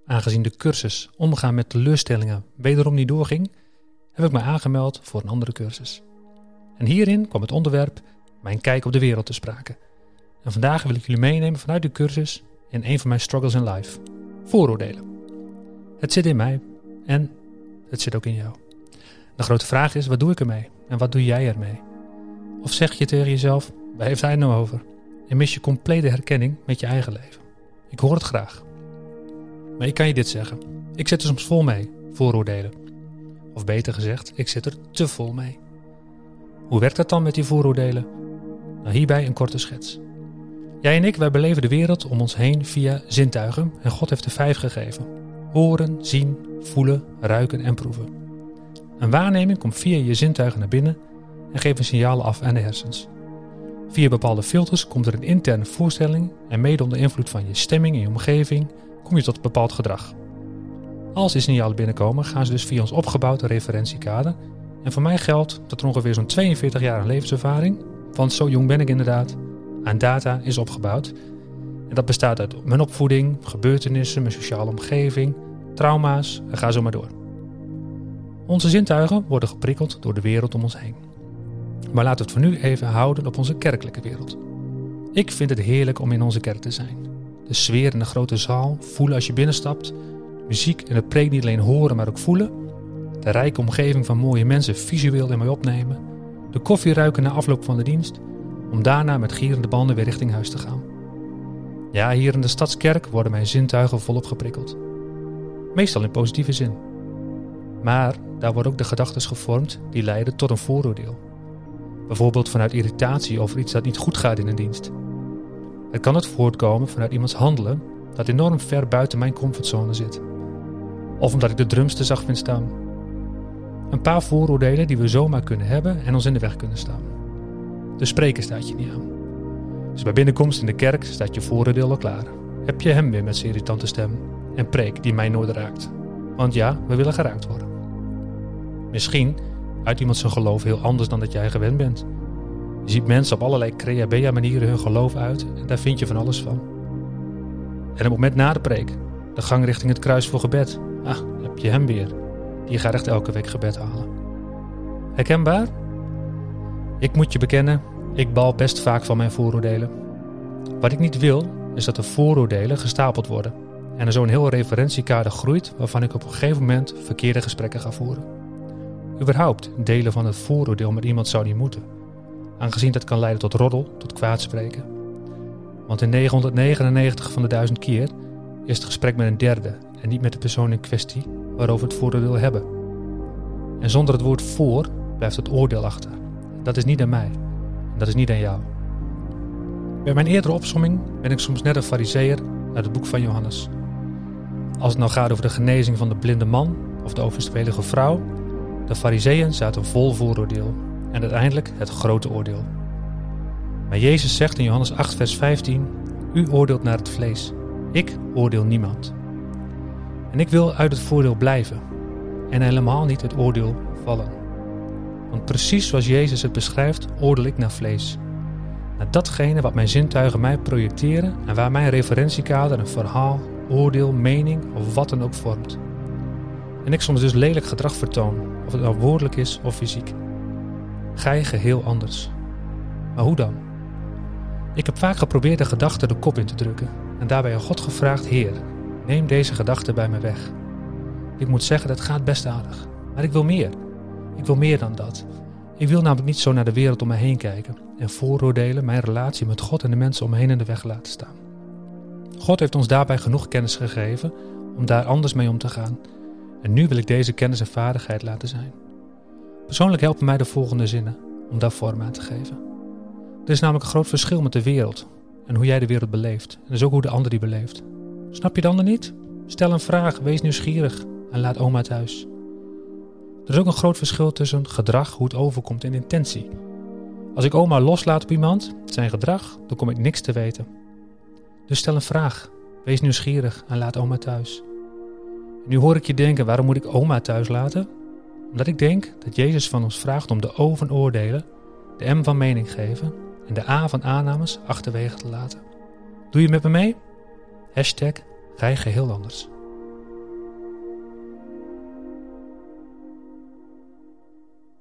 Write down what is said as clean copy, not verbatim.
Aangezien de cursus Omgaan met teleurstellingen wederom niet doorging, heb ik mij aangemeld voor een andere cursus. En hierin kwam het onderwerp mijn kijk op de wereld te sprake. En vandaag wil ik jullie meenemen vanuit de cursus in een van mijn struggles in life. Vooroordelen. Het zit in mij en het zit ook in jou. De grote vraag is, wat doe ik ermee? En wat doe jij ermee? Of zeg je tegen jezelf, waar heeft hij het nou over? En mis je complete herkenning met je eigen leven. Ik hoor het graag. Maar ik kan je dit zeggen. Ik zit er soms vol mee, vooroordelen. Of beter gezegd, ik zit er te vol mee. Hoe werkt dat dan met die vooroordelen? Nou, hierbij een korte schets. Jij en ik, wij beleven de wereld om ons heen via zintuigen en God heeft er 5 gegeven. Horen, zien, voelen, ruiken en proeven. Een waarneming komt via je zintuigen naar binnen en geeft een signaal af aan de hersens. Via bepaalde filters komt er een interne voorstelling en mede onder invloed van je stemming en je omgeving kom je tot een bepaald gedrag. Als die signalen binnenkomen gaan ze dus via ons opgebouwde referentiekader en voor mij geldt dat er ongeveer zo'n 42 jaar aan levenservaring, want zo jong ben ik inderdaad, aan data is opgebouwd. En dat bestaat uit mijn opvoeding, gebeurtenissen, mijn sociale omgeving, trauma's en ga zo maar door. Onze zintuigen worden geprikkeld door de wereld om ons heen. Maar laten we het voor nu even houden op onze kerkelijke wereld. Ik vind het heerlijk om in onze kerk te zijn. De sfeer in de grote zaal, voelen als je binnenstapt, muziek en de preek niet alleen horen maar ook voelen, de rijke omgeving van mooie mensen visueel in mij opnemen, de koffie ruiken na afloop van de dienst, om daarna met gierende banden weer richting huis te gaan. Ja, hier in de Stadskerk worden mijn zintuigen volop geprikkeld. Meestal in positieve zin. Maar daar worden ook de gedachten gevormd die leiden tot een vooroordeel. Bijvoorbeeld vanuit irritatie over iets dat niet goed gaat in een dienst. Het kan het voortkomen vanuit iemands handelen dat enorm ver buiten mijn comfortzone zit. Of omdat ik de drums te zacht vind staan. Een paar vooroordelen die we zomaar kunnen hebben en ons in de weg kunnen staan. De spreker staat je niet aan. Dus bij binnenkomst in de kerk staat je vooroordeel al klaar. Heb je hem weer met zijn irritante stem en preek die mij nooit raakt. Want ja, we willen geraakt worden. Misschien uit iemand zijn geloof heel anders dan dat jij gewend bent. Je ziet mensen op allerlei creabea manieren hun geloof uit en daar vind je van alles van. En het moment na de preek, de gang richting het kruis voor gebed. Heb je hem weer. Die gaat echt elke week gebed halen. Herkenbaar? Ik moet je bekennen, ik bal best vaak van mijn vooroordelen. Wat ik niet wil, is dat de vooroordelen gestapeld worden. En er zo'n heel referentiekader groeit waarvan ik op een gegeven moment verkeerde gesprekken ga voeren. Überhaupt delen van het vooroordeel met iemand zou niet moeten. Aangezien dat kan leiden tot roddel, tot kwaadspreken. Want in 999 van de 1000 keer is het gesprek met een derde en niet met de persoon in kwestie waarover we het vooroordeel hebben. En zonder het woord voor blijft het oordeel achter. Dat is niet aan mij. En dat is niet aan jou. Bij mijn eerdere opsomming ben ik soms net een farizeeër uit het boek van Johannes. Als het nou gaat over de genezing van de blinde man of de overspelige vrouw, de farizeeën zaten vol vooroordeel en uiteindelijk het grote oordeel. Maar Jezus zegt in Johannes 8 vers 15, u oordeelt naar het vlees, ik oordeel niemand. En ik wil uit het voordeel blijven en helemaal niet het oordeel vallen. Want precies zoals Jezus het beschrijft, oordeel ik naar vlees. Naar datgene wat mijn zintuigen mij projecteren en waar mijn referentiekader een verhaal, oordeel, mening of wat dan ook vormt. En ik soms dus lelijk gedrag vertoon, of het nou woordelijk is of fysiek. Gij geheel anders. Maar hoe dan? Ik heb vaak geprobeerd de gedachte de kop in te drukken en daarbij aan God gevraagd, Heer, neem deze gedachte bij me weg. Ik moet zeggen, dat gaat best aardig, maar ik wil meer. Ik wil meer dan dat. Ik wil namelijk niet zo naar de wereld om me heen kijken en vooroordelen mijn relatie met God en de mensen om me heen in de weg laten staan. God heeft ons daarbij genoeg kennis gegeven om daar anders mee om te gaan. En nu wil ik deze kennis en vaardigheid laten zijn. Persoonlijk helpen mij de volgende zinnen om daar vorm aan te geven. Er is namelijk een groot verschil met de wereld en hoe jij de wereld beleeft. En dus ook hoe de ander die beleeft. Snap je de ander niet? Stel een vraag, wees nieuwsgierig en laat oma thuis. Er is ook een groot verschil tussen gedrag, hoe het overkomt en intentie. Als ik oma loslaat op iemand, zijn gedrag, dan kom ik niks te weten. Dus stel een vraag, wees nieuwsgierig en laat oma thuis. En nu hoor ik je denken, waarom moet ik oma thuis laten? Omdat ik denk dat Jezus van ons vraagt om de O van oordelen, de M van mening geven en de A van aannames achterwege te laten. Doe je met me mee? #gij geheel anders.